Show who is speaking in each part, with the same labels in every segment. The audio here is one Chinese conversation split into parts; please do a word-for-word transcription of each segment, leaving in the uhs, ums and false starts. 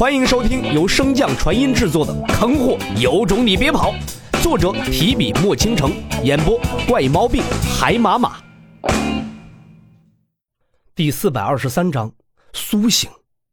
Speaker 1: 欢迎收听由升降传音制作的《坑货有种你别跑》，作者提笔墨倾城，演播怪毛病海马马。第四百二十三章苏醒。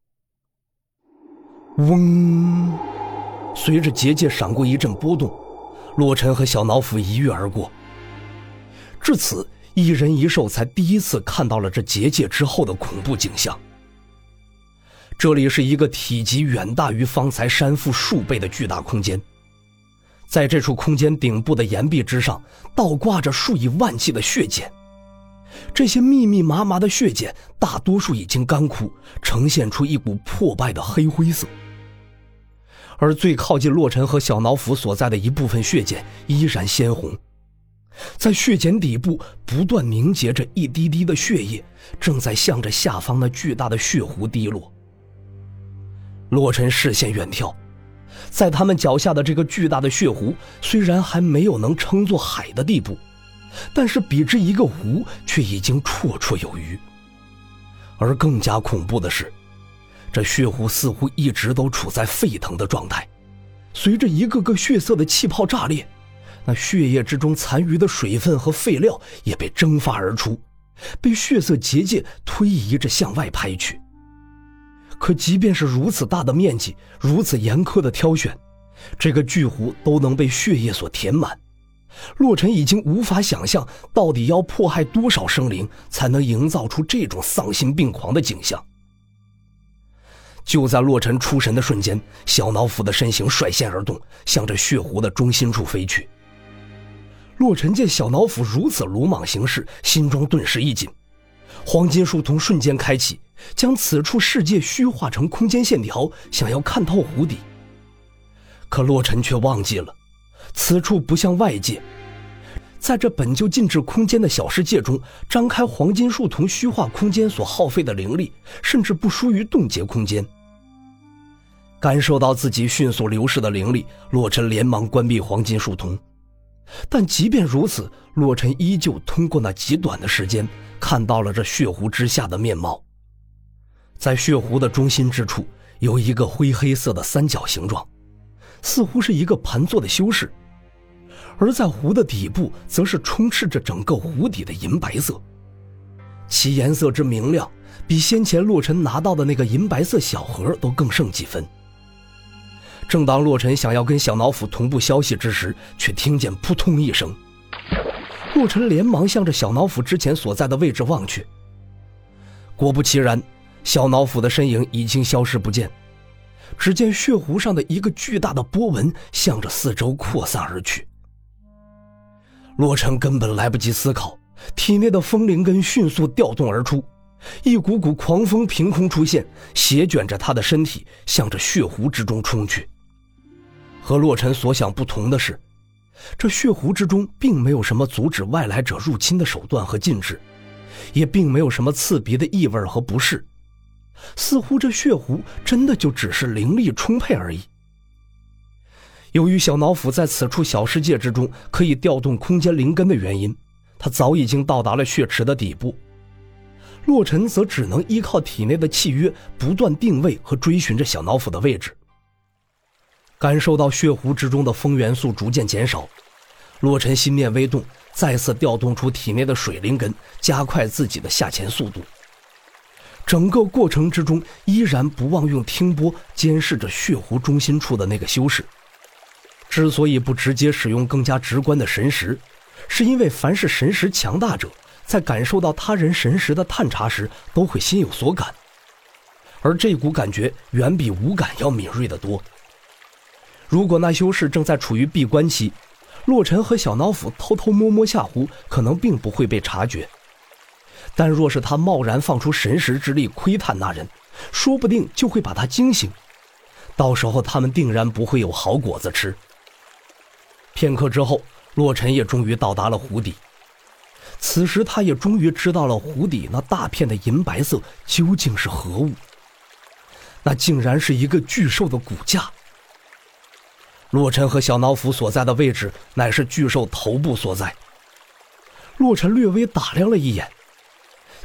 Speaker 1: 嗡，随着结界闪过一阵波动，洛尘和小脑斧一跃而过。至此，一人一兽才第一次看到了这结界之后的恐怖景象。这里是一个体积远大于方才山腹数倍的巨大空间，在这处空间顶部的岩壁之上倒挂着数以万计的血茧，这些密密麻麻的血茧大多数已经干枯，呈现出一股破败的黑灰色。而最靠近洛尘和小脑斧所在的一部分血茧依然鲜红，在血茧底部不断凝结着一滴滴的血液，正在向着下方那巨大的血湖滴落。洛尘视线远眺，在他们脚下的这个巨大的血湖虽然还没有能称作海的地步，但是比之一个湖却已经绰绰有余。而更加恐怖的是，这血湖似乎一直都处在沸腾的状态，随着一个个血色的气泡炸裂，那血液之中残余的水分和废料也被蒸发而出，被血色结界推移着向外拍去。可即便是如此大的面积，如此严苛的挑选，这个巨湖都能被血液所填满。洛尘已经无法想象到底要迫害多少生灵才能营造出这种丧心病狂的景象。就在洛尘出神的瞬间，小脑斧的身形率先而动，向着血湖的中心处飞去。洛尘见小脑斧如此鲁莽行事，心中顿时一紧，黄金树瞳瞬间开启，将此处世界虚化成空间线条，想要看透湖底。可洛尘却忘记了，此处不像外界，在这本就禁止空间的小世界中，张开黄金树瞳虚化空间所耗费的灵力，甚至不输于冻结空间。感受到自己迅速流逝的灵力，洛尘连忙关闭黄金树瞳。但即便如此，洛尘依旧通过那极短的时间看到了这血湖之下的面貌。在血湖的中心之处有一个灰黑色的三角形状，似乎是一个盘坐的修士，而在湖的底部则是充斥着整个湖底的银白色，其颜色之明亮，比先前洛尘拿到的那个银白色小盒都更胜几分。正当洛尘想要跟小脑斧同步消息之时，却听见扑通一声。洛尘连忙向着小脑斧之前所在的位置望去，果不其然，小脑斧的身影已经消失不见。只见血湖上的一个巨大的波纹向着四周扩散而去。洛尘根本来不及思考，体内的风灵根迅速调动而出，一股股狂风凭空出现，席卷着他的身体，向着血湖之中冲去。和洛尘所想不同的是，这血湖之中并没有什么阻止外来者入侵的手段和禁制，也并没有什么刺鼻的异味和不适，似乎这血湖真的就只是灵力充沛而已。由于小脑斧在此处小世界之中可以调动空间灵根的原因，他早已经到达了血池的底部。洛尘则只能依靠体内的契约不断定位和追寻着小脑斧的位置。感受到血湖之中的风元素逐渐减少，洛尘心念微动，再次调动出体内的水灵根，加快自己的下潜速度。整个过程之中依然不忘用听波监视着血湖中心处的那个修士。之所以不直接使用更加直观的神识，是因为凡是神识强大者在感受到他人神识的探查时都会心有所感，而这股感觉远比五感要敏锐得多。如果那修士正在处于闭关期，洛尘和小脑斧偷偷摸摸下湖可能并不会被察觉，但若是他贸然放出神识之力窥探那人，说不定就会把他惊醒，到时候他们定然不会有好果子吃。片刻之后，洛尘也终于到达了湖底。此时他也终于知道了湖底那大片的银白色究竟是何物，那竟然是一个巨兽的骨架。洛尘和小脑斧所在的位置乃是巨兽头部所在。洛尘略微打量了一眼，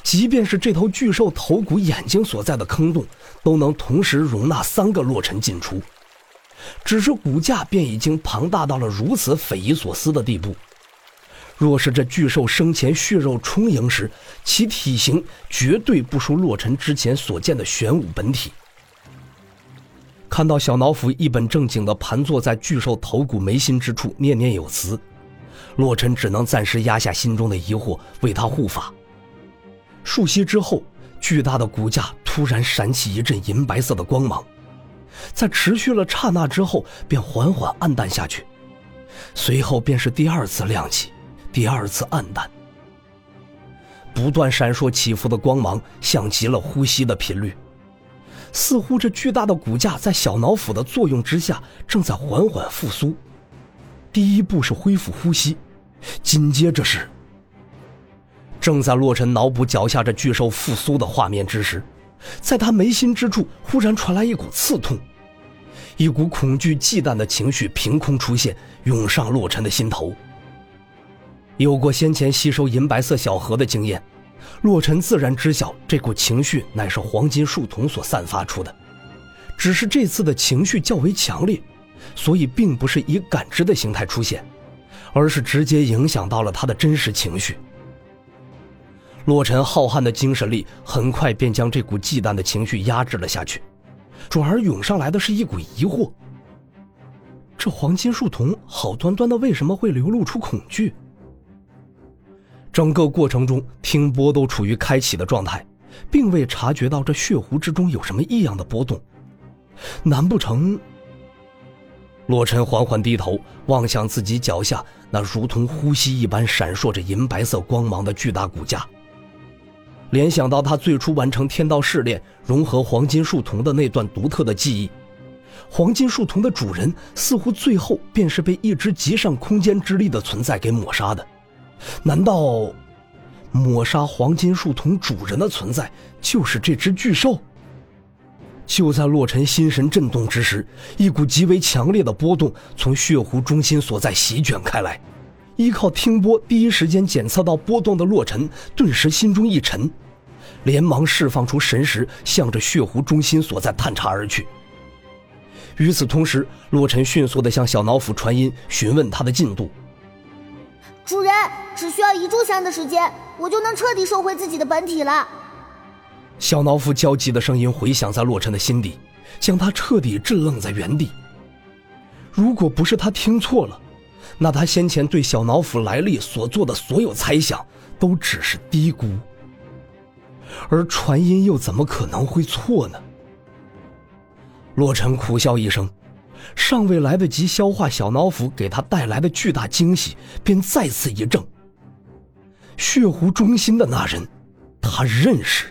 Speaker 1: 即便是这头巨兽头骨眼睛所在的坑洞，都能同时容纳三个洛尘进出。只是骨架便已经庞大到了如此匪夷所思的地步。若是这巨兽生前血肉充盈时，其体型绝对不输洛尘之前所见的玄武本体。看到小脑斧一本正经地盘坐在巨兽头骨眉心之处，念念有词，洛尘只能暂时压下心中的疑惑，为他护法。数息之后，巨大的骨架突然闪起一阵银白色的光芒，在持续了刹那之后便缓缓暗淡下去，随后便是第二次亮起，第二次暗淡。不断闪烁起伏的光芒像极了呼吸的频率，似乎这巨大的骨架在小脑斧的作用之下正在缓缓复苏。第一步是恢复呼吸，紧接着是……正在洛尘脑补脚下这巨兽复苏的画面之时，在他眉心之处忽然传来一股刺痛，一股恐惧忌惮的情绪凭空出现，涌上洛尘的心头。有过先前吸收银白色小核的经验，洛尘自然知晓这股情绪乃是黄金树瞳所散发出的，只是这次的情绪较为强烈，所以并不是以感知的形态出现，而是直接影响到了他的真实情绪。洛尘浩瀚的精神力很快便将这股忌惮的情绪压制了下去，转而涌上来的是一股疑惑：这黄金树瞳好端端的为什么会流露出恐惧？整个过程中，听波都处于开启的状态，并未察觉到这血湖之中有什么异样的波动。难不成……洛尘缓缓低头，望向自己脚下那如同呼吸一般闪烁着银白色光芒的巨大骨架，联想到他最初完成天道试炼融合黄金树瞳的那段独特的记忆，黄金树瞳的主人似乎最后便是被一只极上空间之力的存在给抹杀的。难道抹杀黄金树瞳主人的存在就是这只巨兽？就在洛尘心神震动之时，一股极为强烈的波动从血湖中心所在席卷开来。依靠听波第一时间检测到波动的洛尘顿时心中一沉，连忙释放出神识，向着血湖中心所在探查而去。与此同时，洛尘迅速地向小脑斧传音，询问他的进度。
Speaker 2: 主人，只需要一炷香的时间，我就能彻底收回自己的本体了。
Speaker 1: 小脑斧焦急的声音回响在洛尘的心底，将他彻底震愣在原地。如果不是他听错了，那他先前对小脑斧来历所做的所有猜想都只是低估，而传音又怎么可能会错呢？洛尘苦笑一声，尚未来得及消化小脑斧给他带来的巨大惊喜，便再次一怔。血湖中心的那人，他认识。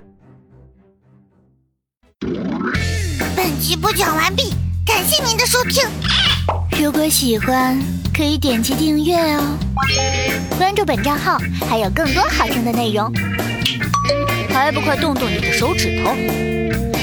Speaker 3: 本集播讲完毕，感谢您的收听。如果喜欢，可以点击订阅哦，关注本账号还有更多好听的内容。还不快动动你的手指头！